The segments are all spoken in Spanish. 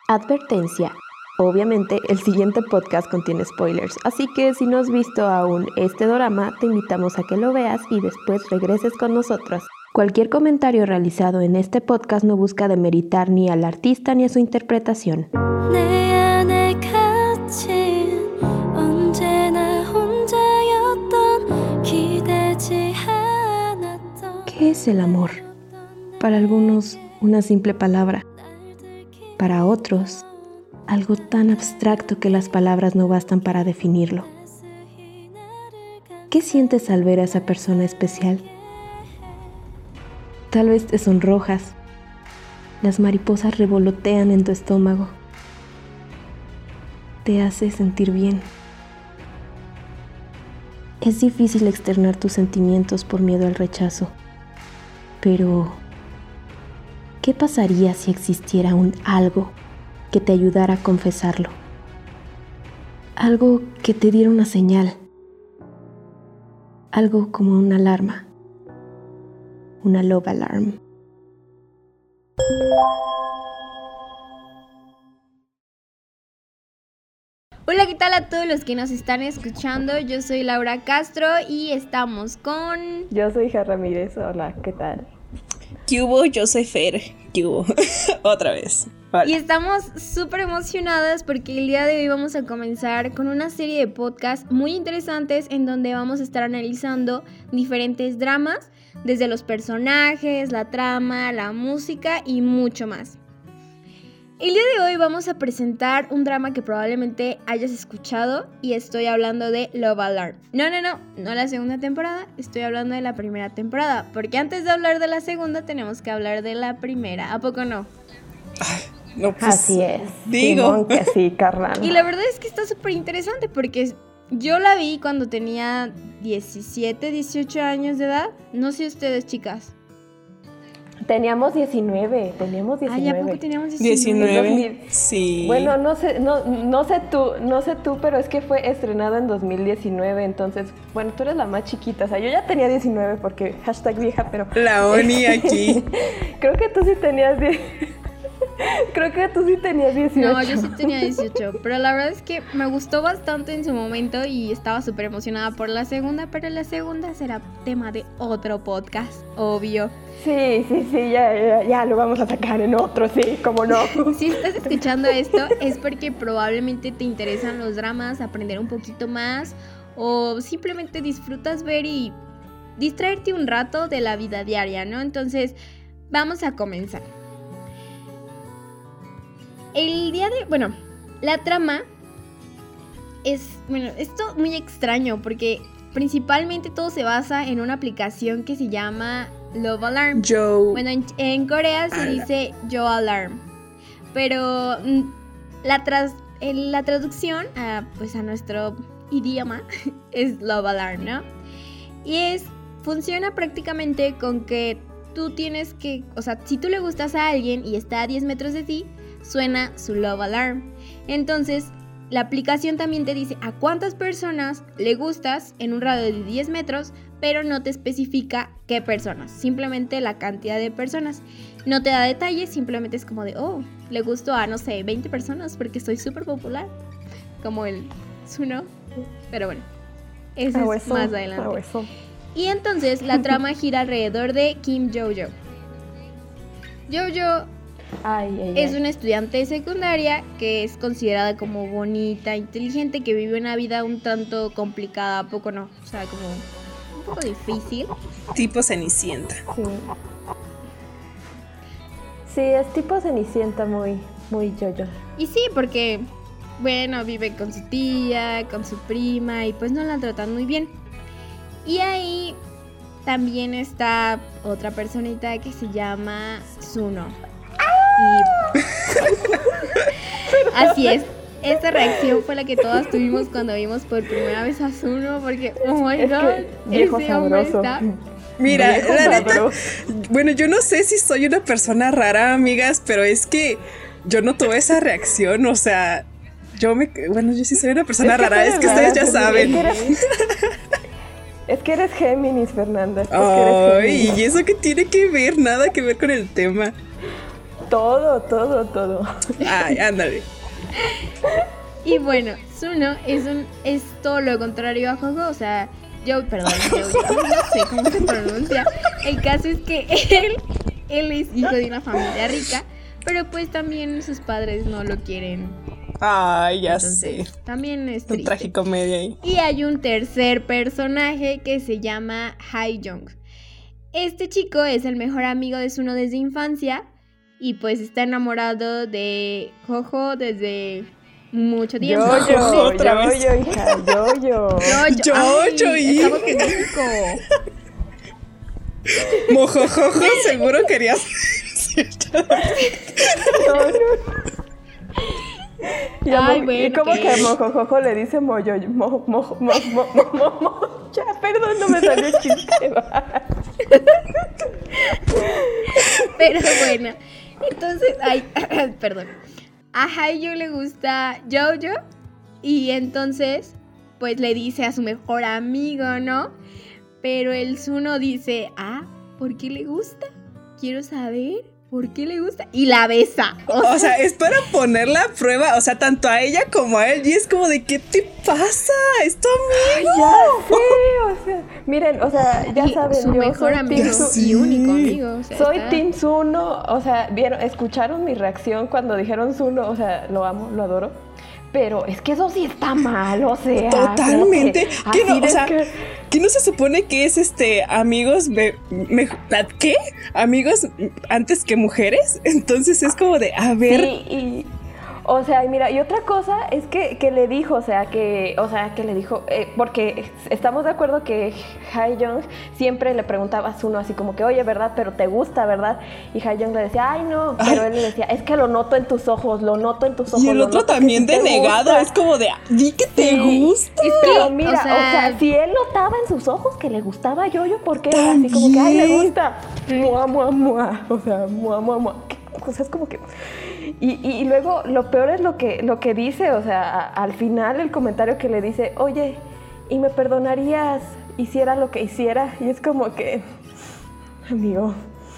Advertencia. Obviamente, el siguiente podcast contiene spoilers, así que si no has visto aún este dorama, te invitamos a que lo veas y después regreses con nosotros. Cualquier comentario realizado en este podcast no busca demeritar ni al artista ni a su interpretación. ¿Qué es el amor? Para algunos, una simple palabra. Para otros, algo tan abstracto que las palabras no bastan para definirlo. ¿Qué sientes al ver a esa persona especial? Tal vez te sonrojas. Las mariposas revolotean en tu estómago. Te hace sentir bien. Es difícil externar tus sentimientos por miedo al rechazo. Pero, ¿qué pasaría si existiera un algo que te ayudara a confesarlo? Algo que te diera una señal. Algo como una alarma. Una love alarm. Hola, ¿qué tal a todos los que nos están escuchando? Yo soy Laura Castro y estamos con... Yo soy Hija Ramírez, hola, ¿qué tal? ¿Qué hubo? Yo soy Fer. ¿Qué hubo? Otra vez. Hola. Y estamos súper emocionadas porque el día de hoy vamos a comenzar con una serie de podcasts muy interesantes en donde vamos a estar analizando diferentes dramas, desde los personajes, la trama, la música y mucho más. El día de hoy vamos a presentar un drama que probablemente hayas escuchado y estoy hablando de Love Alarm. No la segunda temporada, estoy hablando de la primera temporada, porque antes de hablar de la segunda tenemos que hablar de la primera, ¿a poco no? No, pues, así es. Digo. Simón que sí, carnal. Y la verdad es que está súper interesante porque yo la vi cuando tenía 17, 18 años de edad. No sé ustedes, chicas. Teníamos 19. Ay, ¿a poco teníamos 19? Sí. Bueno, no sé tú, pero es que fue estrenado en 2019, entonces, bueno, tú eres la más chiquita, o sea, yo ya tenía 19 porque #vieja, pero... La Oni aquí. Creo que tú sí tenías 18. No, yo sí tenía 18, pero la verdad es que me gustó bastante en su momento y estaba súper emocionada por la segunda, pero la segunda será tema de otro podcast, obvio. Sí, ya lo vamos a sacar en otro, sí, cómo no. Si estás escuchando esto es porque probablemente te interesan los dramas, aprender un poquito más o simplemente disfrutas ver y distraerte un rato de la vida diaria, ¿no? Entonces, vamos a comenzar. La trama es, esto muy extraño porque principalmente todo se basa en una aplicación que se llama Love Alarm. Bueno, en Corea se dice Yo Alarm, pero la traducción a nuestro idioma es Love Alarm, ¿no? Y funciona prácticamente con que tú tienes que, o sea, si tú le gustas a alguien y está a 10 metros de ti, suena su Love Alarm. Entonces, la aplicación también te dice a cuántas personas le gustas en un radio de 10 metros, pero no te especifica qué personas, simplemente la cantidad de personas. No te da detalles, simplemente es como de, le gustó a, 20 personas porque soy súper popular, como el Suno, pero bueno, eso es más adelante. Y entonces la trama gira alrededor de Kim Jojo. Jojo es una estudiante de secundaria que es considerada como bonita, inteligente, que vive una vida un tanto complicada, ¿a poco no? O sea, como un poco difícil. Tipo Cenicienta. Sí, es tipo Cenicienta, muy Jojo. Y sí, porque, bueno, vive con su tía, con su prima y pues no la tratan muy bien. Y ahí también está otra personita que se llama Suno. Y así es, esta reacción fue la que todas tuvimos cuando vimos por primera vez a Suno, porque oh my god, viejo ese sabroso. hombre está... Mira, la neta, bueno, yo no sé si soy una persona rara, amigas, pero es que yo no tuve esa reacción, o sea, yo sí soy una persona rara, es que ustedes ya saben. Es que eres Géminis, Fernanda. Ay, ¿y eso qué tiene que ver? Nada que ver con el tema. Todo. Ay, ándale. Y bueno, Suno es todo lo contrario a Jojo, o sea, yo no sé cómo se pronuncia. El caso es que él es hijo de una familia rica, pero pues también sus padres no lo quieren. Ay, ya Entonces, sé. También es triste. Un tragicomedia ahí. Y hay un tercer personaje que se llama Hae-young. Este chico es el mejor amigo de Suno desde infancia y pues está enamorado de Jojo desde mucho tiempo. Yo, otra vez. hija, yo. Yo, Estamos en México. Mojojojo, seguro querías. Ay, bueno, ¿y cómo que mojojojo le dice moyo? Ya, perdón, no me salió el chiste. Pero bueno, entonces, perdón. A Hae-young le gusta Jojo y entonces, pues le dice a su mejor amigo, ¿no? Pero el Suno dice, ¿por qué le gusta? Quiero saber. ¿Por qué le gusta? Y la besa. O sea, es para ponerla a prueba, o sea, tanto a ella como a él. Y es como de, ¿qué te pasa? Es tu amigo. Ya sé, o sea, miren, o sea, ya saben. Su mejor amigo y único amigo. O sea, soy Team Suno, o sea, escucharon mi reacción cuando dijeron Suno, o sea, lo amo, lo adoro. Pero es que eso sí está mal, o sea. Totalmente. ¿Qué no? O sea, que... ¿qué no se supone que es amigos ¿qué? ¿Amigos antes que mujeres? Entonces es como de, a ver. Sí, o sea, mira, y otra cosa es que le dijo, o sea, que le dijo, porque estamos de acuerdo que Hae-young siempre le preguntaba a Suno así como que, oye, ¿verdad? Pero te gusta, ¿verdad? Y Hae-young le decía, ay, no, pero él le decía, es que lo noto en tus ojos. Y el otro también denegado, es como de, di que te gusta. Pero mira, o sea, si él notaba en sus ojos que le gustaba a Yoyo, ¿por qué? Así como que, ay, le gusta. Mua, mua, mua. O sea, mua, mua, mua. O sea, es como que... Y luego lo peor es lo que dice, o sea, al final el comentario que le dice, oye, ¿y me perdonarías hiciera lo que hiciera? Y es como que, amigo,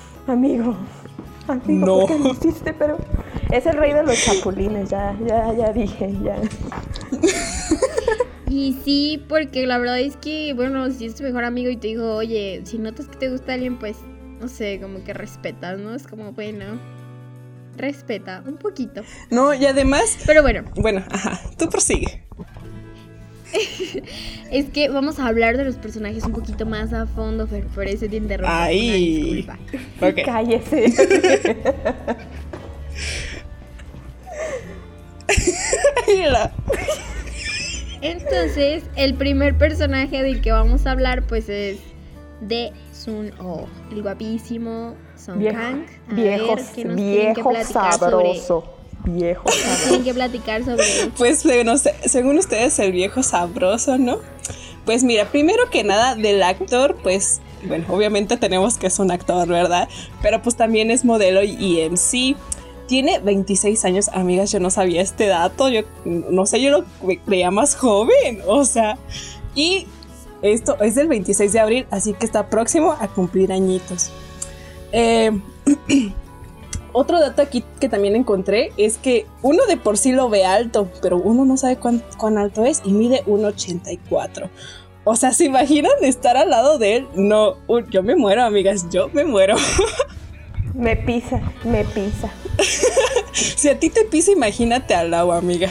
no. ¿por qué lo hiciste? Pero es el rey de los chapulines, ya dije, ya. Y sí, porque la verdad es que, bueno, si es tu mejor amigo y te digo, oye, si notas que te gusta alguien, pues, no sé, como que respetas, ¿no? Es como, bueno, respeta un poquito. No, y además... Pero bueno. Bueno, ajá, tú prosigue. Es que vamos a hablar de los personajes un poquito más a fondo, Fer, por eso te interrumpo. Ay, una disculpa. Okay. Cállese. Entonces, el primer personaje del que vamos a hablar, pues, es de Sun-oh, el guapísimo Song Kang. Viejo sabroso. Tienen que platicar sobre él. Pues, no sé, según ustedes, el viejo sabroso, ¿no? Pues mira, primero que nada, del actor, pues, bueno, obviamente tenemos que es un actor, ¿verdad? Pero pues también es modelo y MC. Tiene 26 años, amigas, yo no sabía este dato, yo no sé, yo lo creía más joven, o sea, y esto es del 26 de abril, así que está próximo a cumplir añitos. Otro dato aquí que también encontré es que uno de por sí lo ve alto, pero uno no sabe cuán alto es y mide 1.84. O sea, ¿se imaginan estar al lado de él? No, yo me muero, amigas, yo me muero. Me pisa. Si a ti te pisa, imagínate al lado, amiga.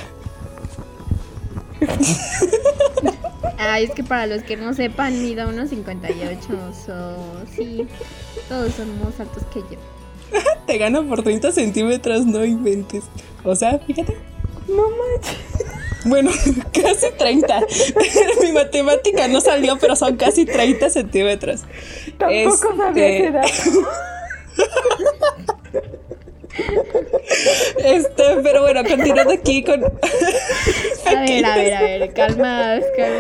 Ay, es que para los que no sepan, mido 1.58, sí, todos son más altos que yo. Te gano por 30 centímetros, no inventes. O sea, fíjate. No manches. Bueno, casi 30. Mi matemática no salió, pero son casi 30 centímetros. Tampoco sabía ese dato. Pero bueno, continuando aquí con... A ver, calmadas.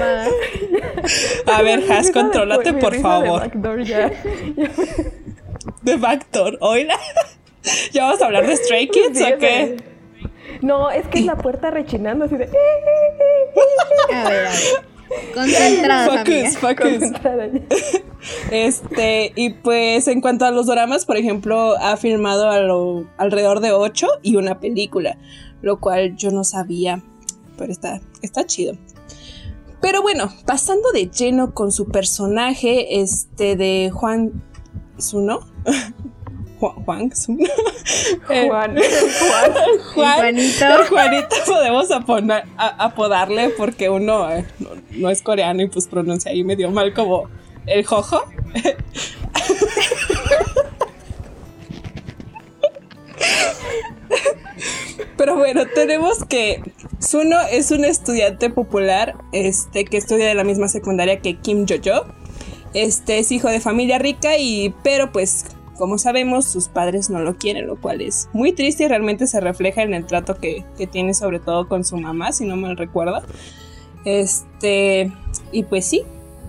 A ver, Has, contrólate, por favor. De backdoor, ya. De backdoor, oíla. ¿Ya vamos a hablar de Stray Kids o qué? No, es que es la puerta rechinando así de... A ver. Concentrada. Focus. Y pues en cuanto a los doramas, por ejemplo, ha filmado alrededor de 8 y una película, lo cual yo no sabía, pero está chido. Pero bueno, pasando de lleno con su personaje, de Hwang Sun-ho. Juanito podemos apodarle porque uno no es coreano y pues pronuncia ahí medio mal como el jojo. Pero bueno, tenemos que Suno es un estudiante popular que estudia de la misma secundaria que Kim Jo-jo. Es hijo de familia rica pero pues como sabemos sus padres no lo quieren, lo cual es muy triste y realmente se refleja en el trato que tiene sobre todo con su mamá, si no mal recuerdo. Y pues sí.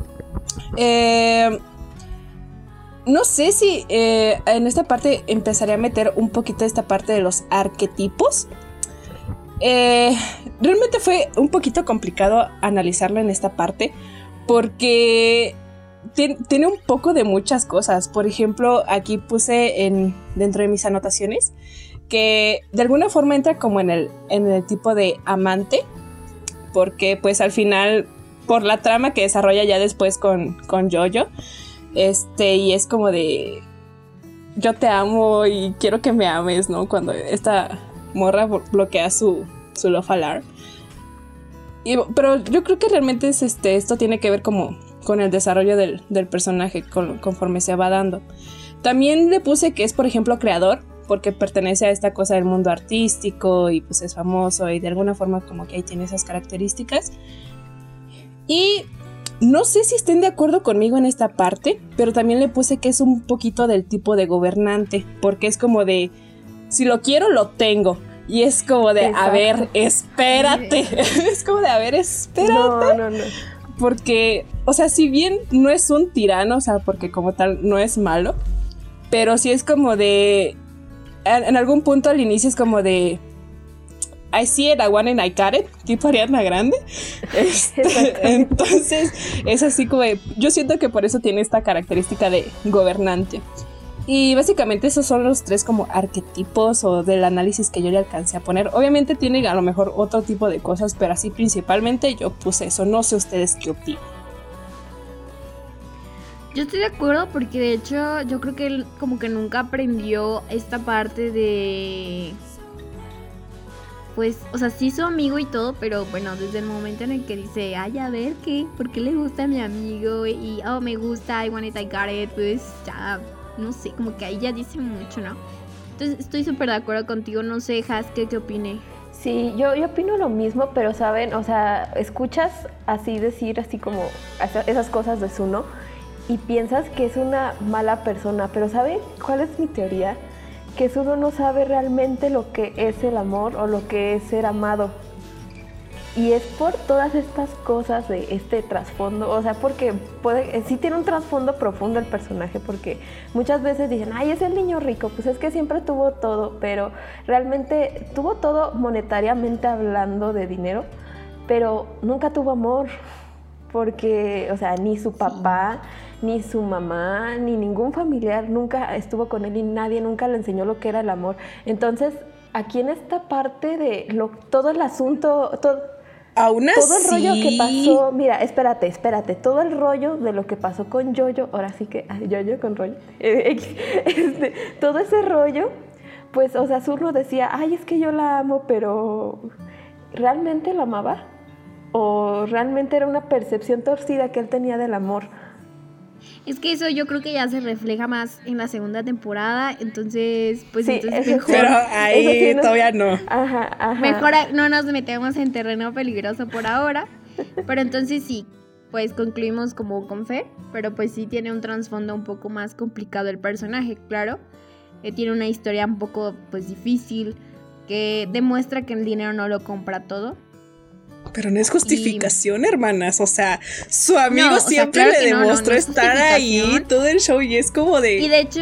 No sé si en esta parte empezaré a meter un poquito esta parte de los arquetipos. Realmente fue un poquito complicado analizarlo en esta parte porque tiene un poco de muchas cosas. Por ejemplo, aquí puse dentro de mis anotaciones que de alguna forma entra como en el tipo de amante, porque pues al final por la trama que desarrolla ya después con Jojo, y es como de yo te amo y quiero que me ames, ¿no? Cuando esta morra bloquea su love alarm. Pero yo creo que realmente esto tiene que ver como con el desarrollo del personaje conforme se va dando. También le puse que es, por ejemplo, creador, porque pertenece a esta cosa del mundo artístico y pues es famoso y de alguna forma como que ahí tiene esas características. Y no sé si estén de acuerdo conmigo en esta parte, pero también le puse que es un poquito del tipo de gobernante, porque es como de, si lo quiero, lo tengo. Y es como de, exacto. A ver, espérate. Es como de, a ver, espérate. No. Porque, o sea, si bien no es un tirano, o sea, porque como tal no es malo, pero sí es como de, en algún punto al inicio es como de, I see it, I want it, I got it, tipo Ariana Grande. Entonces, es así como de, yo siento que por eso tiene esta característica de gobernante. Y básicamente esos son los 3 como arquetipos o del análisis que yo le alcancé a poner. Obviamente tiene a lo mejor otro tipo de cosas, pero así principalmente yo puse eso. No sé ustedes qué opinan. Yo estoy de acuerdo porque de hecho yo creo que él como que nunca aprendió esta parte de... Pues, o sea, sí su amigo y todo, pero bueno, desde el momento en el que dice, ay, a ver, ¿por qué le gusta a mi amigo? Y, oh, me gusta, I want it, I got it, pues ya... No sé, como que ahí ya dice mucho, ¿no? Entonces estoy súper de acuerdo contigo. No sé, Haske, ¿qué opine? Sí, yo opino lo mismo, pero saben, o sea, escuchas así decir así como esas cosas de Suno y piensas que es una mala persona, pero ¿saben cuál es mi teoría? Que Suno no sabe realmente lo que es el amor o lo que es ser amado. Y es por todas estas cosas de este trasfondo, o sea, porque sí tiene un trasfondo profundo el personaje, porque muchas veces dicen, ay, es el niño rico, pues es que siempre tuvo todo, pero realmente tuvo todo monetariamente hablando de dinero, pero nunca tuvo amor, porque, o sea, ni su papá, ni su mamá, ni ningún familiar nunca estuvo con él y nadie nunca le enseñó lo que era el amor. Entonces, aquí en esta parte de todo el asunto... Aún así... Todo el rollo que pasó, mira, espérate, todo el rollo de lo que pasó con Jojo, ahora sí que, Jojo con rollo, todo ese rollo, pues, o sea, Suno decía, ay, es que yo la amo, pero ¿realmente la amaba? ¿O realmente era una percepción torcida que él tenía del amor? Es que eso yo creo que ya se refleja más en la segunda temporada, entonces, pues sí, entonces mejor. Pero ahí sí todavía no. Ajá. Mejor no nos metemos en terreno peligroso por ahora, pero entonces sí, pues concluimos como con Fer, pero pues sí tiene un trasfondo un poco más complicado el personaje, claro. Tiene una historia un poco, pues, difícil, que demuestra que el dinero no lo compra todo. Pero no es justificación, hermanas. O sea, su amigo siempre claro le demostró estar ahí todo el show y es como de... Y de hecho...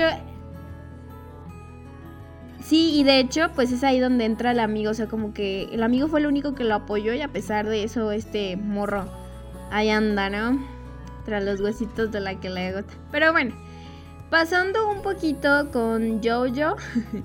Sí, y de hecho, pues es ahí donde entra el amigo. O sea, como que el amigo fue el único que lo apoyó y a pesar de eso, morro ahí anda, ¿no? Tras los huesitos de la que le gota. Pero bueno, pasando un poquito con Jojo.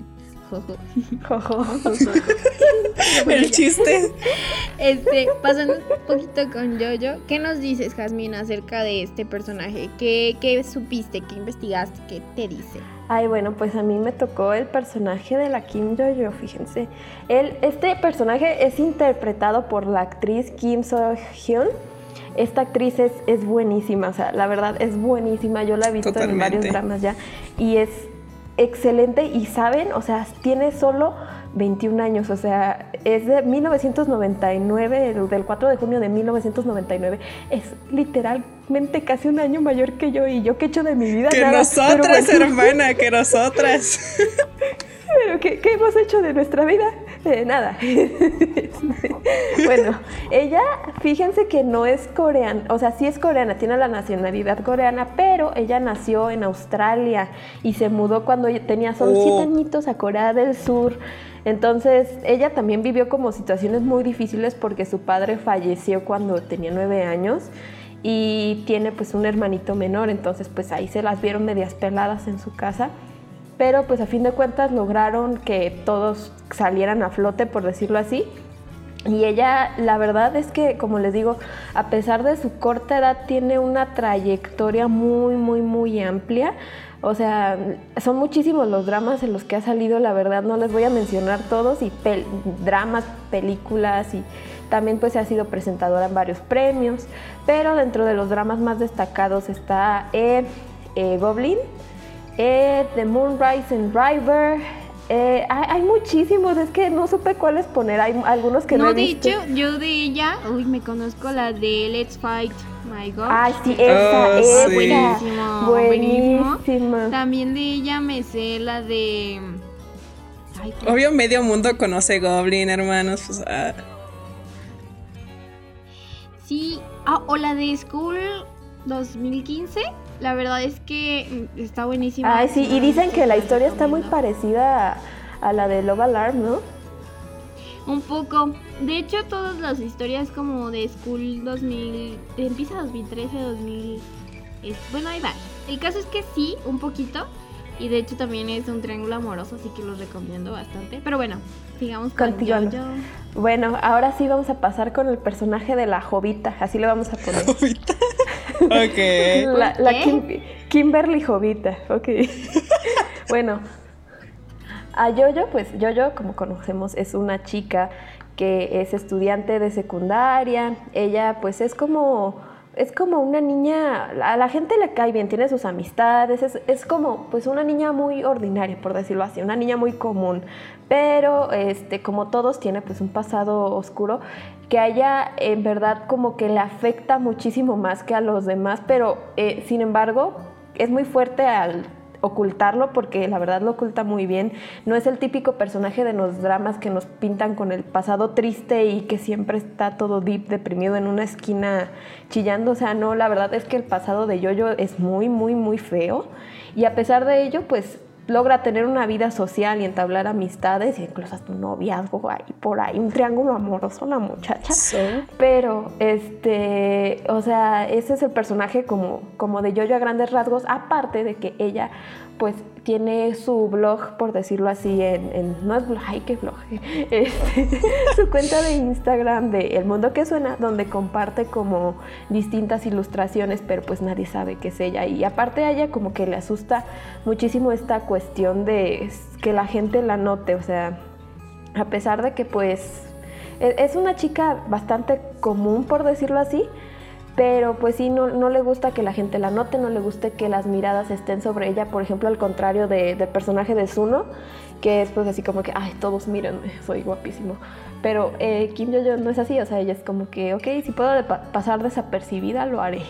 El chiste. Pasando un poquito con Jojo, ¿qué nos dices, Jazmín, acerca de este personaje? ¿Qué supiste? ¿Qué investigaste? ¿Qué te dice? Ay, bueno, pues a mí me tocó el personaje de la Kim Jojo, fíjense. Este personaje es interpretado por la actriz Kim So-hyun. Esta actriz es buenísima, o sea, la verdad es buenísima. Yo la he visto en varios dramas ya y es excelente. Y saben, o sea, tiene solo 21 años, o sea, es de 1999, del 4 de junio de 1999. Es literalmente casi un año mayor que yo. ¿Y yo qué he hecho de mi vida? Que nada, nosotras, bueno. Hermana, que nosotras. ¿Pero qué hemos hecho de nuestra vida? Nada. Bueno, ella, fíjense que no es coreana, o sea, sí es coreana, tiene la nacionalidad coreana, pero ella nació en Australia y se mudó cuando tenía solo 7 añitos a Corea del Sur. Entonces, ella también vivió como situaciones muy difíciles porque su padre falleció cuando tenía 9 años y tiene pues un hermanito menor, entonces pues ahí se las vieron medias peladas en su casa. Pero pues a fin de cuentas lograron que todos salieran a flote, por decirlo así. Y ella, la verdad es que, como les digo, a pesar de su corta edad, tiene una trayectoria muy, muy, muy amplia. O sea, son muchísimos los dramas en los que ha salido, la verdad, no les voy a mencionar todos, y dramas, películas, y también pues ha sido presentadora en varios premios. Pero dentro de los dramas más destacados está Goblin, The Moonrise Driver. Hay muchísimos, es que no supe cuáles poner, hay algunos que no he visto. De hecho, yo de ella, me conozco la de Let's Fight My God. Ay, sí, esa es sí. buenísima. También de ella me sé la de... Obvio, medio mundo conoce Goblin, hermanos. Pues, Sí, o la de School 2015. La verdad es que está buenísima. Ay, sí, y dicen que la historia está muy parecida a la de Love Alarm, ¿no? Un poco. De hecho, todas las historias como de School 2000... Empieza 2013, 2000... bueno, ahí va. El caso es que sí, un poquito. Y de hecho también es un triángulo amoroso, así que los recomiendo bastante. Pero bueno, sigamos con Jojo. Bueno, ahora sí vamos a pasar con el personaje de la Jovita. Así le vamos a poner. ¿Jovita? Ok. La Kimberly Jovita, ok. Bueno, a Jojo, pues Jojo, como conocemos, es una chica que es estudiante de secundaria. Ella pues es como una niña, a la gente le cae bien, tiene sus amistades, es como pues una niña muy ordinaria, por decirlo así, una niña muy común, pero como todos tiene pues un pasado oscuro que a ella en verdad como que le afecta muchísimo más que a los demás, pero sin embargo es muy fuerte al ocultarlo, porque la verdad lo oculta muy bien. No es el típico personaje de los dramas que nos pintan con el pasado triste y que siempre está todo deprimido en una esquina chillando. O sea, no, la verdad es que el pasado de Jojo es muy, muy, muy feo, y a pesar de ello, pues logra tener una vida social y entablar amistades y incluso hasta un noviazgo por ahí, un triángulo amoroso la muchacha. Sí. Pero o sea, ese es el personaje como de Jojo a grandes rasgos, aparte de que ella pues tiene su blog, por decirlo así, no es blog, ay, qué blog, su cuenta de Instagram de El Mundo que Suena, donde comparte como distintas ilustraciones, pero pues nadie sabe qué es ella, y aparte a ella como que le asusta muchísimo esta cuestión de que la gente la note. O sea, a pesar de que pues es una chica bastante común, por decirlo así, pero pues sí, no le gusta que la gente la note, no le gusta que las miradas estén sobre ella, por ejemplo, al contrario del personaje de Suno, que es pues así como que, ay, todos mírenme, soy guapísimo. Pero Kim Jojo no es así, o sea, ella es como que, ok, si puedo pasar desapercibida, lo haré.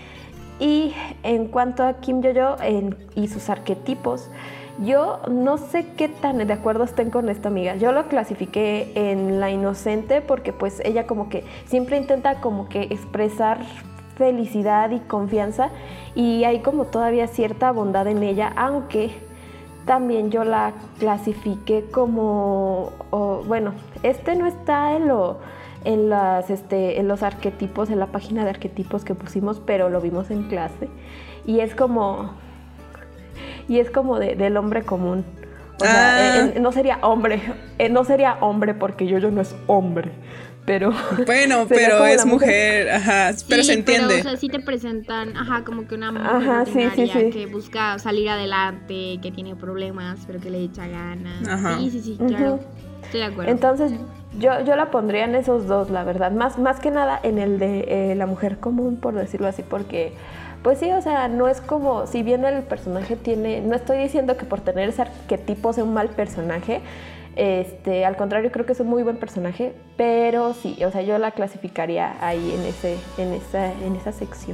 Y en cuanto a Kim Jojo y sus arquetipos, yo no sé qué tan de acuerdo estén con esta amiga. Yo lo clasifiqué en la inocente porque pues ella como que siempre intenta como que expresar felicidad y confianza, y hay como todavía cierta bondad en ella, aunque también yo la clasifiqué como, bueno, no está en en los arquetipos, en la página de arquetipos que pusimos, pero lo vimos en clase. Y es como del hombre común. O sea, no sería hombre porque yo no es hombre. Pero bueno, pero es mujer, ajá, pero sí, se entiende. Pero, o sea, sí te presentan, como que una mujer ordinaria que busca salir adelante, que tiene problemas, pero que le echa ganas. Ajá. Sí, claro. Estoy de acuerdo. Entonces, yo la pondría en esos dos, la verdad. Más que nada en el de la mujer común, por decirlo así, porque pues sí, o sea, no es como, si bien el personaje no estoy diciendo que por tener ese arquetipo sea un mal personaje. Al contrario, creo que es un muy buen personaje, pero sí, o sea, yo la clasificaría ahí en esa sección.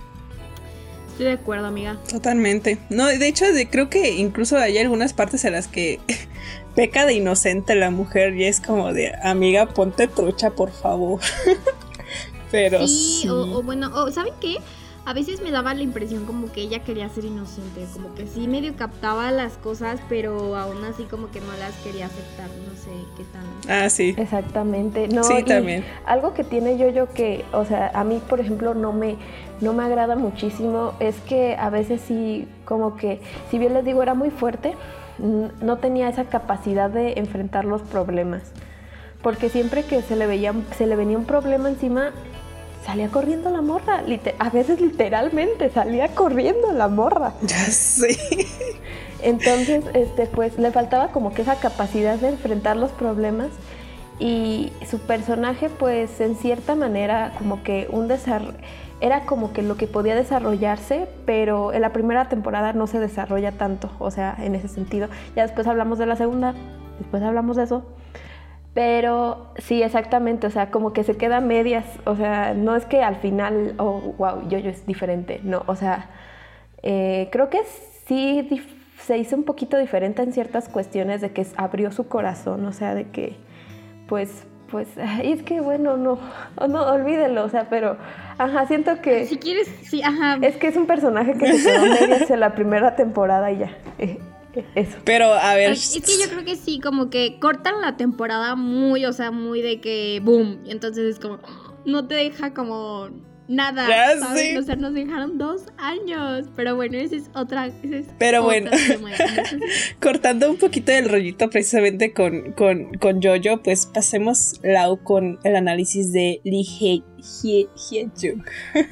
Estoy de acuerdo, amiga. Totalmente. No, de hecho, creo que incluso hay algunas partes en las que peca de inocente la mujer y es como de, amiga, ponte trucha, por favor. Pero sí. O bueno, ¿saben qué? A veces me daba la impresión como que ella quería ser inocente, como que sí medio captaba las cosas, pero aún así como que no las quería aceptar, no sé qué tal. Sí. Exactamente. No, sí, también. Algo que tiene yo que, o sea, a mí, por ejemplo, no me agrada muchísimo, es que a veces sí, como que, si bien les digo, era muy fuerte, no tenía esa capacidad de enfrentar los problemas, porque siempre que se le venía un problema encima, salía corriendo la morra, a veces literalmente salía corriendo la morra. Ya sé. Entonces, pues le faltaba como que esa capacidad de enfrentar los problemas y su personaje, pues en cierta manera como que era como que lo que podía desarrollarse, pero en la primera temporada no se desarrolla tanto, o sea, en ese sentido. Ya después hablamos de la segunda, después hablamos de eso. Pero sí, exactamente, o sea, como que se queda a medias, o sea, no es que al final, wow, yo es diferente, no, o sea, creo que sí se hizo un poquito diferente en ciertas cuestiones de que abrió su corazón, o sea, de que, pues, y es que bueno, no, olvídelo, o sea, pero, siento que... Si quieres, sí, Es que es un personaje que se quedó a medias en la primera temporada y ya. Eso. Pero a ver, es que yo creo que sí, como que cortan la temporada muy, o sea, muy de que boom, y entonces es como no te deja como nada, ¿sabes? Sí. O sea, nos dejaron 2 años, pero bueno, ese es otra pero bueno, cortando un poquito del rollito precisamente con Jojo, pues pasemos Lau con el análisis de Lee Hye-jung.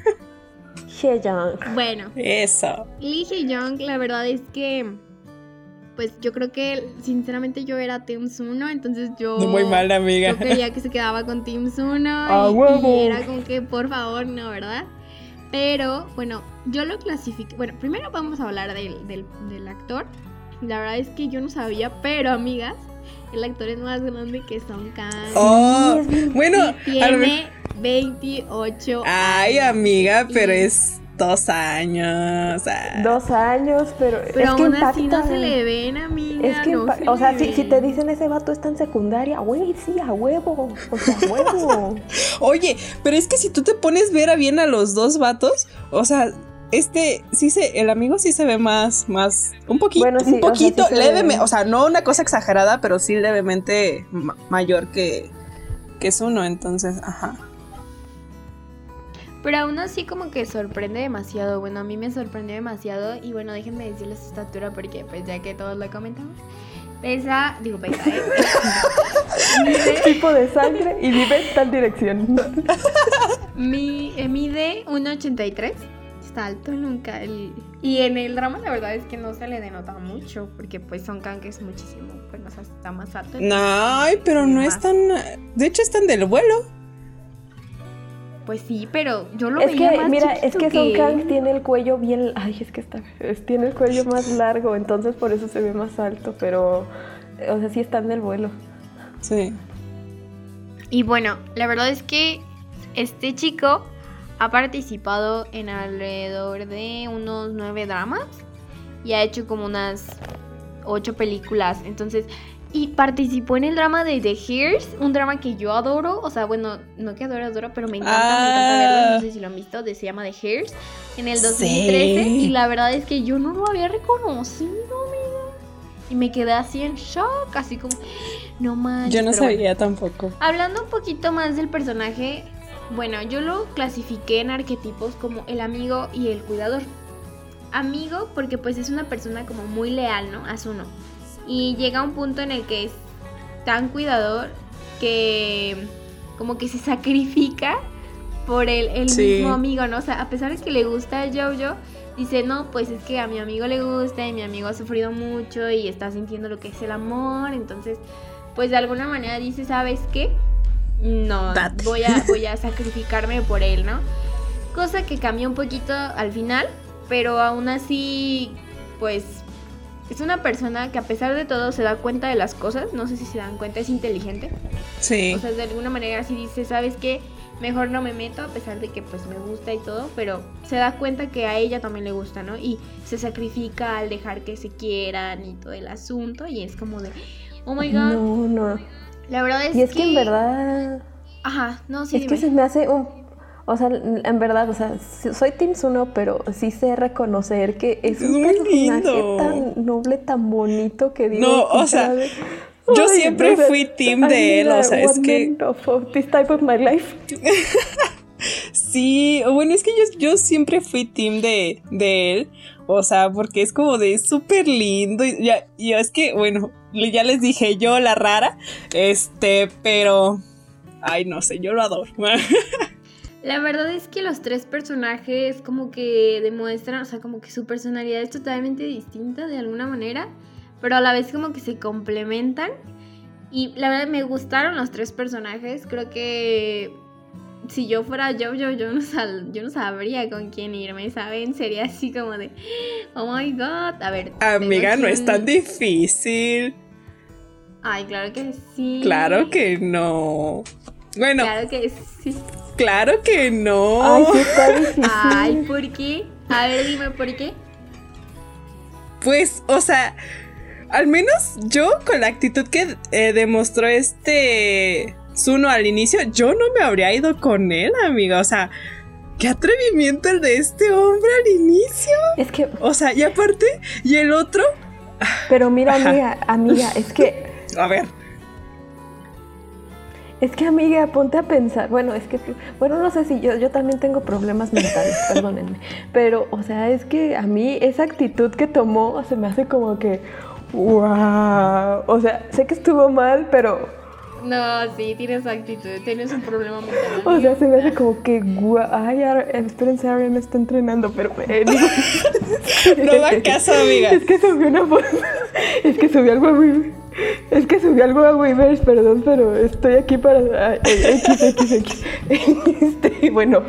Bueno, eso. Lee Hye-jung, la verdad es que pues yo creo que sinceramente yo era Team Suno, entonces yo... Muy mal, amiga. Yo quería que se quedaba con Team Suno y era como que por favor, no, ¿verdad? Pero bueno, yo lo clasifiqué... Bueno, primero vamos a hablar del actor. La verdad es que yo no sabía, pero amigas, el actor es más grande que Song Kang. Bueno, tiene 28 Ay, amiga, pero es 2 años. 2 años, pero es aún que así no se le ven, amiga. Es que o sea, si te dicen ese vato está en secundaria, güey, sí, a huevo. O sea, a huevo. Oye, pero es que si tú te pones ver a bien a los dos vatos, o sea, el amigo sí se ve más, un poquito, bueno, sí, un poquito, o sea, sí levemente, o sea, no una cosa exagerada, pero sí levemente mayor que Suno, entonces, Pero aún así como que sorprende demasiado. Bueno, a mí me sorprendió demasiado. Y bueno, déjenme decirles su estatura porque pues ya que todos lo comentamos. Pesa, tipo de sangre y vive en tal dirección. Mide 1.83. Está alto nunca. Y en el drama la verdad es que no se le denota mucho. Porque pues Song Kang es muchísimo. Pues o sea, está más alto. No, pero no es tan... De hecho están del vuelo. Pues sí, pero yo lo veía más mira, es que Song Kang tiene el cuello bien... tiene el cuello más largo, entonces por eso se ve más alto, pero... O sea, sí está en el vuelo. Sí. Y bueno, la verdad es que este chico ha participado en alrededor de unos 9 dramas y ha hecho como unas 8 películas, entonces... Y participó en el drama de The Hairs, un drama que yo adoro, o sea, bueno, no que adoro, pero me encanta verlo, no sé si lo han visto, se llama The Hairs, en el 2013, y la verdad es que yo no lo había reconocido, amiga. Y me quedé así en shock, así como, no manches. Yo no sabía tampoco. Hablando un poquito más del personaje, bueno, yo lo clasifiqué en arquetipos como el amigo y el cuidador. Amigo porque pues es una persona como muy leal, ¿no? A Zuno. Y llega a un punto en el que es tan cuidador que como que se sacrifica por el mismo amigo, ¿no? O sea, a pesar de que le gusta a Jojo, dice, no, pues es que a mi amigo le gusta y mi amigo ha sufrido mucho y está sintiendo lo que es el amor. Entonces, pues de alguna manera dice, ¿sabes qué? No, voy a sacrificarme por él, ¿no? Cosa que cambió un poquito al final, pero aún así, pues es una persona que a pesar de todo se da cuenta de las cosas. No sé si se dan cuenta, es inteligente. Sí. O sea, de alguna manera sí dice, ¿sabes qué? Mejor no me meto, a pesar de que pues me gusta y todo, pero se da cuenta que a ella también le gusta, ¿no? Y se sacrifica al dejar que se quieran y todo el asunto, y es como de, oh my god. No. La verdad es que... Y es que en verdad... Ajá, no, sí, es que se me hace un... O sea, en verdad, o sea, soy Team Zuno, pero sí sé reconocer que es un personaje tan noble, tan bonito que digo... No, o sea, yo siempre fui Team de él, o sea, es que... Of this type of my life. Sí, bueno, es que yo siempre fui Team de él, o sea, porque es como de súper lindo, y es que, bueno, ya les dije, yo la rara, pero... Ay, no sé, yo lo adoro. La verdad es que los tres personajes como que demuestran, o sea, como que su personalidad es totalmente distinta de alguna manera, pero a la vez como que se complementan. Y la verdad me gustaron los tres personajes. Creo que si yo fuera yo no sabría con quién irme, ¿saben? Sería así como de, oh my god, a ver. Amiga, no es tan difícil. Ay, claro que sí. Claro que no. Bueno. Claro que sí. Claro que no. Ay, sí está difícil. Ay, ¿por qué? A ver, dime, ¿por qué? Pues, o sea, al menos yo con la actitud que demostró Zuno al inicio, yo no me habría ido con él, amiga. O sea, qué atrevimiento el de este hombre al inicio. Es que... O sea, y aparte, y el otro... Pero mira, amiga, es que... A ver. Es que, amiga, ponte a pensar, bueno, no sé si yo también tengo problemas mentales, perdónenme, pero, o sea, es que a mí esa actitud que tomó se me hace como que, wow, o sea, sé que estuvo mal, pero... No, sí, tienes actitud, tienes un problema mental. O sea, se me hace como que, wow, ay, espérense, Ariana me está entrenando, pero... No da caso, amiga. Es que subió una foto, es que subió algo a Weavers. Es que subí algo a Weavers, perdón, pero estoy aquí para X. Bueno,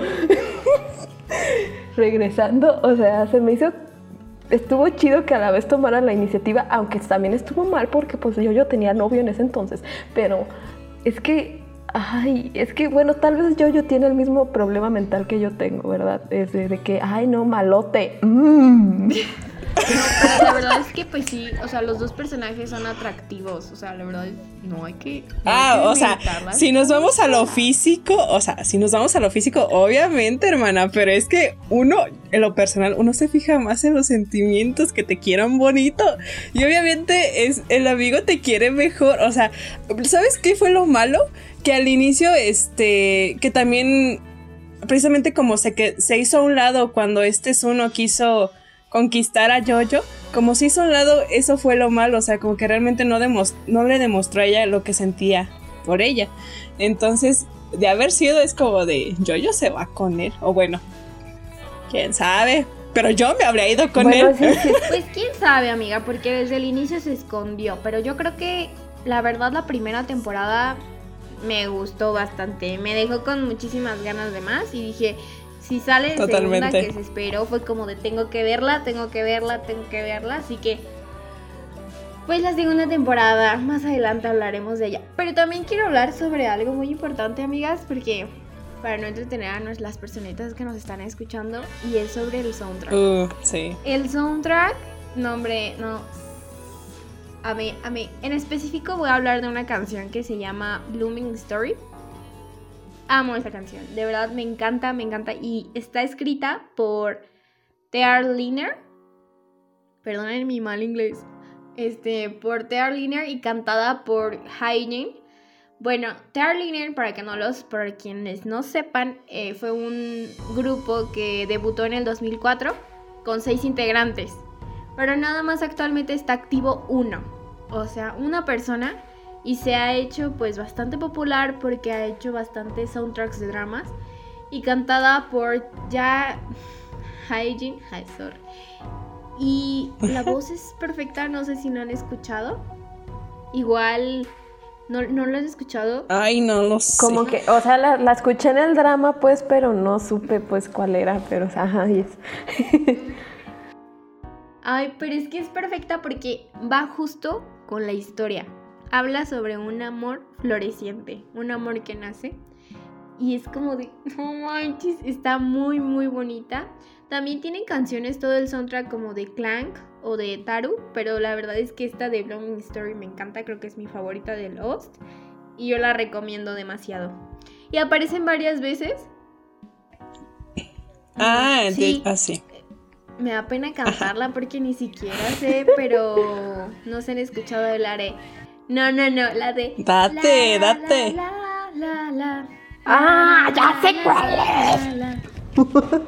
regresando, o sea, se me hizo, estuvo chido que a la vez tomara la iniciativa, aunque también estuvo mal porque pues yo tenía novio en ese entonces, pero es que, bueno, tal vez yo tiene el mismo problema mental que yo tengo, ¿verdad? Es de que, ay, no, malote. No, pero la verdad es que pues sí, o sea, los dos personajes son atractivos, o sea, la verdad no hay que... o sea, si nos vamos a lo físico, obviamente, hermana, pero es que uno, en lo personal, uno se fija más en los sentimientos, que te quieran bonito, y obviamente el amigo te quiere mejor, o sea, ¿sabes qué fue lo malo? Que al inicio, que también, precisamente como se hizo a un lado cuando Zuno quiso conquistar a Jojo, como se hizo a un lado, eso fue lo malo, o sea, como que realmente no le demostró a ella lo que sentía por ella. Entonces, de haber sido, es como de Jojo se va con él, o bueno, quién sabe, pero yo me habría ido con él. Sí. Pues quién sabe, amiga, porque desde el inicio se escondió, pero yo creo que la verdad la primera temporada me gustó bastante, me dejó con muchísimas ganas de más y dije... Si sale en segunda, que se esperó, fue como de tengo que verla, así que pues la segunda temporada, más adelante hablaremos de ella. Pero también quiero hablar sobre algo muy importante, amigas, porque para no entretener a las personitas que nos están escuchando, y es sobre el soundtrack. Sí. El soundtrack, no hombre, no. A mí, en específico voy a hablar de una canción que se llama Blooming Story. Amo esta canción, de verdad me encanta y está escrita por T.R. Liner. Perdonen mi mal inglés, por Thea Liner y cantada por Hyunjin. Bueno, Thea Liner, para quienes no sepan, fue un grupo que debutó en el 2004 con 6 integrantes, pero nada más actualmente está activo uno, o sea, una persona, y se ha hecho pues bastante popular porque ha hecho bastantes soundtracks de dramas y cantada por Hyunjin. Y la voz es perfecta, no sé si no han escuchado. Igual, ¿no lo han escuchado? Ay, no lo sé. Como que, o sea, la escuché en el drama, pues, pero no supe, pues, cuál era, pero, ajá, yes. Ay, pero es que es perfecta porque va justo con la historia. Habla sobre un amor floreciente, un amor que nace. Y es como de, no manches, está muy, muy bonita. También tienen canciones, todo el soundtrack como de Clank o de Taru, pero la verdad es que esta de Blooming Story me encanta, creo que es mi favorita de Lost y yo la recomiendo demasiado. Y aparecen varias veces. Sí. Me da pena cantarla porque ni siquiera sé, pero no se han escuchado hablar de... No, la de... Date. Ya sé cuál es.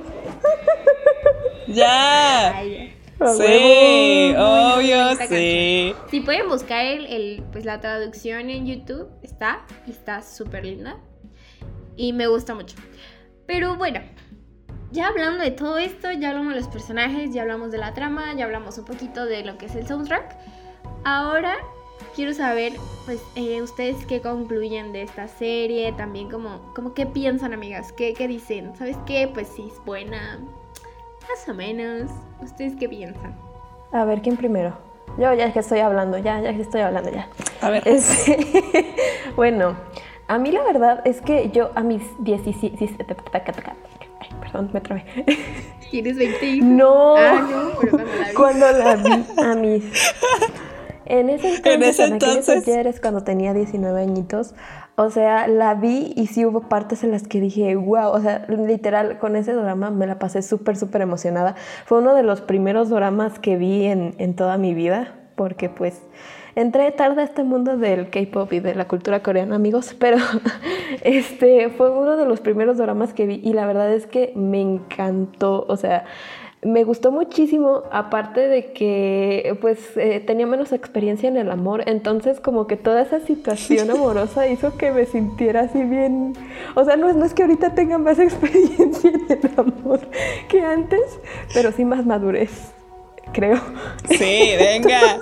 Ya. Ay, Sí, obvio, bonita sí. canción. Si pueden buscar pues la traducción en YouTube, está súper linda y me gusta mucho. Pero bueno, ya hablando de todo esto, ya hablamos de los personajes, ya hablamos de la trama, ya hablamos un poquito de lo que es el soundtrack. Ahora quiero saber, pues, ustedes qué concluyen de esta serie, también como qué piensan, amigas, qué dicen. ¿Sabes qué? Pues sí, es buena, más o menos. ¿Ustedes qué piensan? A ver, ¿quién primero? Yo ya que estoy hablando, ya. A ver. Bueno, a mí la verdad es que yo a mis 17... Perdón, me trabé. ¿Tienes 20 hijos? No. No, pero cuando la vi a mis... En ese entonces, ayer es cuando tenía 19 añitos. O sea, la vi y sí hubo partes en las que dije, wow, o sea, literal, con ese drama me la pasé súper, súper emocionada. Fue uno de los primeros dramas que vi en toda mi vida, porque pues entré tarde a este mundo del K-pop y de la cultura coreana, amigos, pero fue uno de los primeros dramas que vi y la verdad es que me encantó, o sea... Me gustó muchísimo, aparte de que pues tenía menos experiencia en el amor, entonces como que toda esa situación amorosa hizo que me sintiera así bien, o sea, no es que ahorita tenga más experiencia en el amor que antes, pero sí más madurez, creo. Sí, venga.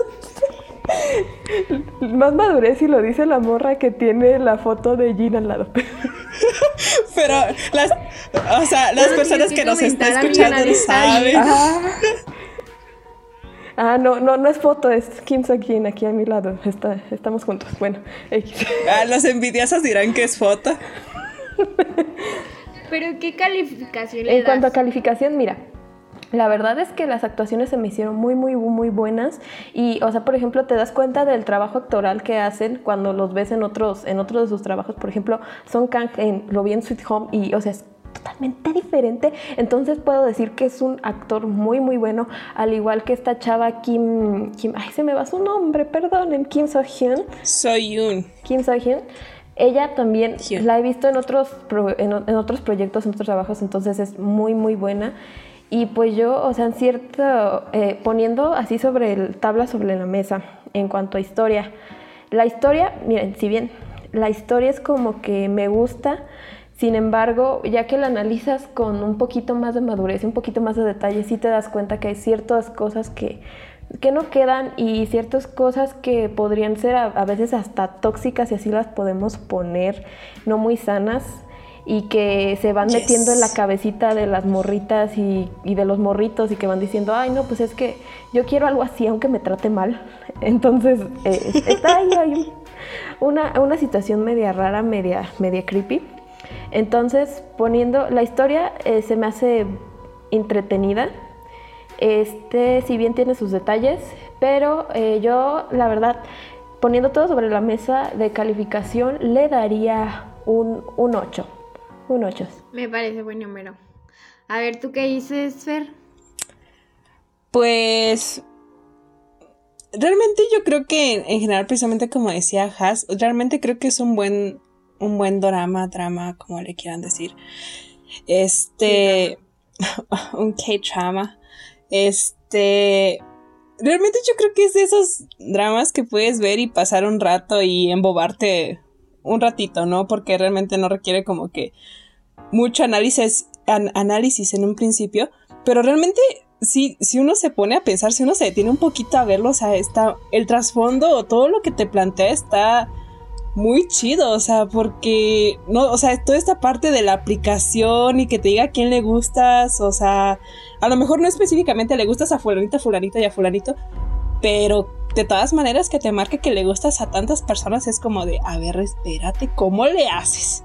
Más madurez y lo dice la morra que tiene la foto de Jin al lado. Pero las personas que nos están escuchando no saben. No es foto, es Kim So-jin aquí a mi lado. Estamos juntos. Bueno, los envidiosos dirán que es foto. ¿Pero qué calificación le das? En cuanto a calificación, mira, la verdad es que las actuaciones se me hicieron muy, muy, muy buenas y, o sea, por ejemplo, te das cuenta del trabajo actoral que hacen cuando los ves en otros de sus trabajos. Por ejemplo, Song Kang lo vi en Sweet Home y, o sea, es totalmente diferente. Entonces puedo decir que es un actor muy, muy bueno, al igual que esta chava Kim, ay, se me va su nombre, perdonen, Kim So-hyun. Kim So-hyun. Ella también la he visto en otros proyectos, en otros trabajos, entonces es muy, muy buena. Y pues yo, o sea, poniendo así tablas sobre la mesa en cuanto a historia. La historia, miren, si bien la historia es como que me gusta, sin embargo, ya que la analizas con un poquito más de madurez, un poquito más de detalle, sí te das cuenta que hay ciertas cosas que no quedan y ciertas cosas que podrían ser a veces hasta tóxicas, y así las podemos poner, no muy sanas, y que se van metiendo en la cabecita de las morritas y de los morritos y que van diciendo, ay no, pues es que yo quiero algo así aunque me trate mal. Entonces está ahí una situación media rara, media creepy. Entonces poniendo la historia se me hace entretenida. Si bien tiene sus detalles, pero yo la verdad, poniendo todo sobre la mesa de calificación, le daría un 8. Un 8. Me parece buen número. A ver, ¿tú qué dices, Fer? Pues realmente yo creo que en general, precisamente como decía Has, realmente creo que es un buen drama, como le quieran decir. Un K-drama. Realmente yo creo que es de esos dramas que puedes ver y pasar un rato y embobarte un ratito, ¿no? Porque realmente no requiere como que mucho análisis en un principio, pero realmente si uno se pone a pensar, si uno se detiene un poquito a verlo, o sea, el trasfondo o todo lo que te plantea está muy chido, o sea, porque no, o sea, toda esta parte de la aplicación y que te diga a quién le gustas, o sea, a lo mejor no específicamente le gustas a fulanita, fulanito y a fulanito, pero de todas maneras que te marque que le gustas a tantas personas es como de, a ver, espérate, ¿cómo le haces?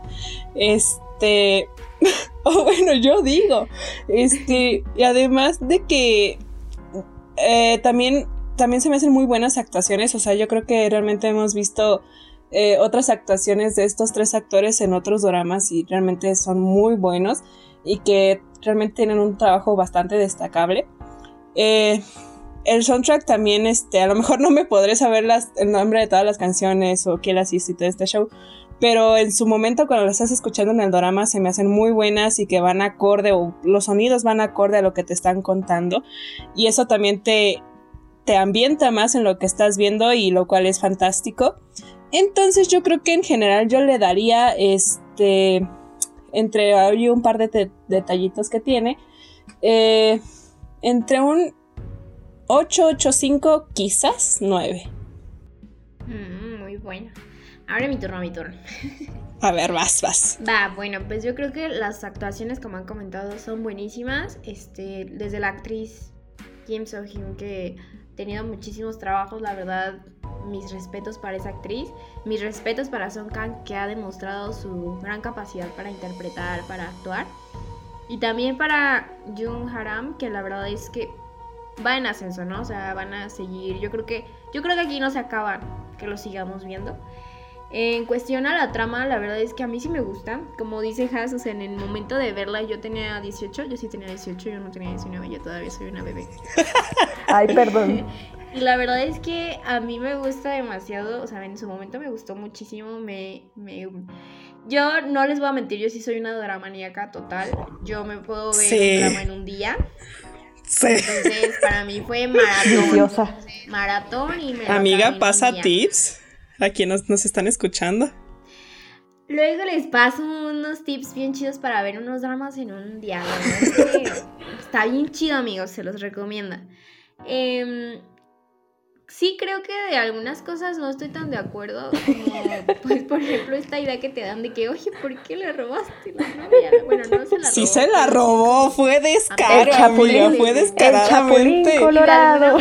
Bueno, yo digo, y además de que también se me hacen muy buenas actuaciones, o sea, yo creo que realmente hemos visto otras actuaciones de estos 3 actores en otros doramas y realmente son muy buenos y que realmente tienen un trabajo bastante destacable. El soundtrack también, a lo mejor no me podré saber el nombre de todas las canciones o quién las hizo y todo este show, pero en su momento cuando las estás escuchando en el dorama se me hacen muy buenas y que van acorde, o los sonidos van acorde a lo que te están contando, y eso también te ambienta más en lo que estás viendo, y lo cual es fantástico. Entonces yo creo que en general yo le daría entre hay un par de detallitos que tiene, entre un 8, 8.5, quizás 9. Muy bueno. Ahora mi turno. A ver, vas. Bueno, pues yo creo que las actuaciones, como han comentado, son buenísimas. Desde la actriz Kim So-hyun, que ha tenido muchísimos trabajos, la verdad, mis respetos para esa actriz. Mis respetos para Song Kang, que ha demostrado su gran capacidad para interpretar, para actuar. Y también para Jung Haram, que la verdad es que va en ascenso, ¿no? O sea, van a seguir. Yo creo que aquí no se acaban, que lo sigamos viendo. En cuestión a la trama, la verdad es que a mí sí me gusta. Como dice Has, o sea, en el momento de verla yo tenía 18, yo sí tenía 18, yo no tenía 19, yo todavía soy una bebé. Ay, perdón. Y la verdad es que a mí me gusta demasiado, o sea, en su momento me gustó muchísimo, yo no les voy a mentir, yo sí soy una doramaníaca total. Yo me puedo ver un drama en un día. Sí. Entonces, para mí fue maratón y me Amiga, pasa tips a quienes nos están escuchando. Luego les paso unos tips bien chidos para ver unos dramas en un día. Es que está bien chido, amigos, se los recomiendo. Sí, creo que de algunas cosas no estoy tan de acuerdo, como, pues, por ejemplo, esta idea que te dan de que, oye, ¿por qué le robaste la novia? Bueno, no se la robó. Sí se la robó, fue descaro, amiga, fue descaradamente. El Chapulín Colorado.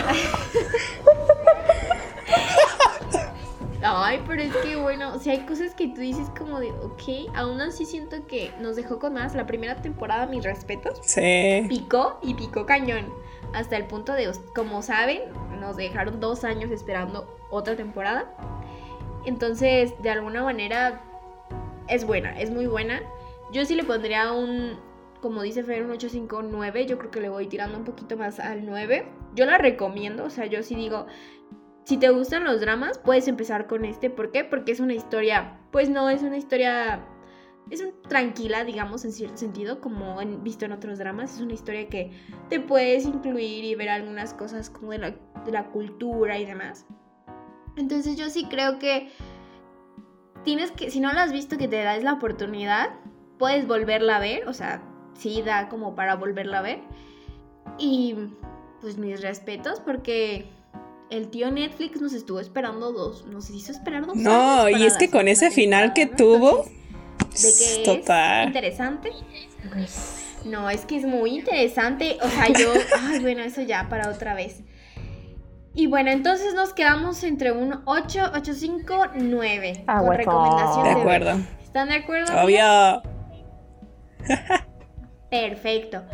Ay, pero es que, bueno, o sea, hay cosas que tú dices como de, ok, aún así siento que nos dejó con más. La primera temporada, mis respetos. Sí. Picó cañón. Hasta el punto de, como saben, nos dejaron 2 años esperando otra temporada. Entonces, de alguna manera, es buena, es muy buena. Yo sí le pondría como dice Fer, un 8.5, 9. Yo creo que le voy tirando un poquito más al 9. Yo la recomiendo, o sea, yo sí digo, si te gustan los dramas, puedes empezar con ¿Por qué? Porque es una historia, pues no, es una historia... Es tranquila, digamos, en cierto sentido, como han visto en otros dramas. Es una historia que te puedes incluir y ver algunas cosas como de la cultura y demás. Entonces yo sí creo que si no la has visto, que te das la oportunidad, puedes volverla a ver. O sea, sí da como para volverla a ver. Y pues mis respetos, porque el tío Netflix nos estuvo esperando nos hizo esperar 2 años. No, y es que con ese final que tuvo... Entonces, de que total. Es interesante. No, es que es muy interesante. O sea, bueno, eso ya para otra vez. Y bueno, entonces nos quedamos entre un 8, 8.5, 9. Con recomendación de acuerdo. ¿Están de acuerdo? Obvio. Perfecto.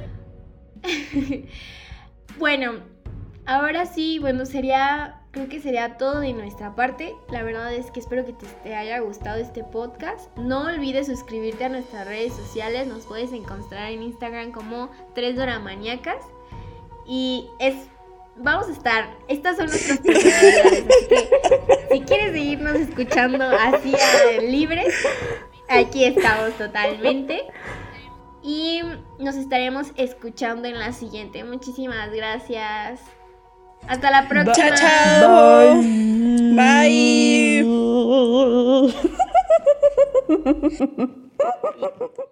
Bueno, ahora sí, creo que sería todo de nuestra parte. La verdad es que espero que te haya gustado este podcast. No olvides suscribirte a nuestras redes sociales. Nos puedes encontrar en Instagram como 3 Doramaniacas. Y es vamos a estar, estas son nuestras personalidades, así que si quieres seguirnos escuchando así libres, aquí estamos totalmente. Y nos estaremos escuchando en la siguiente. Muchísimas gracias. Hasta la próxima. Chao. Bye. Bye.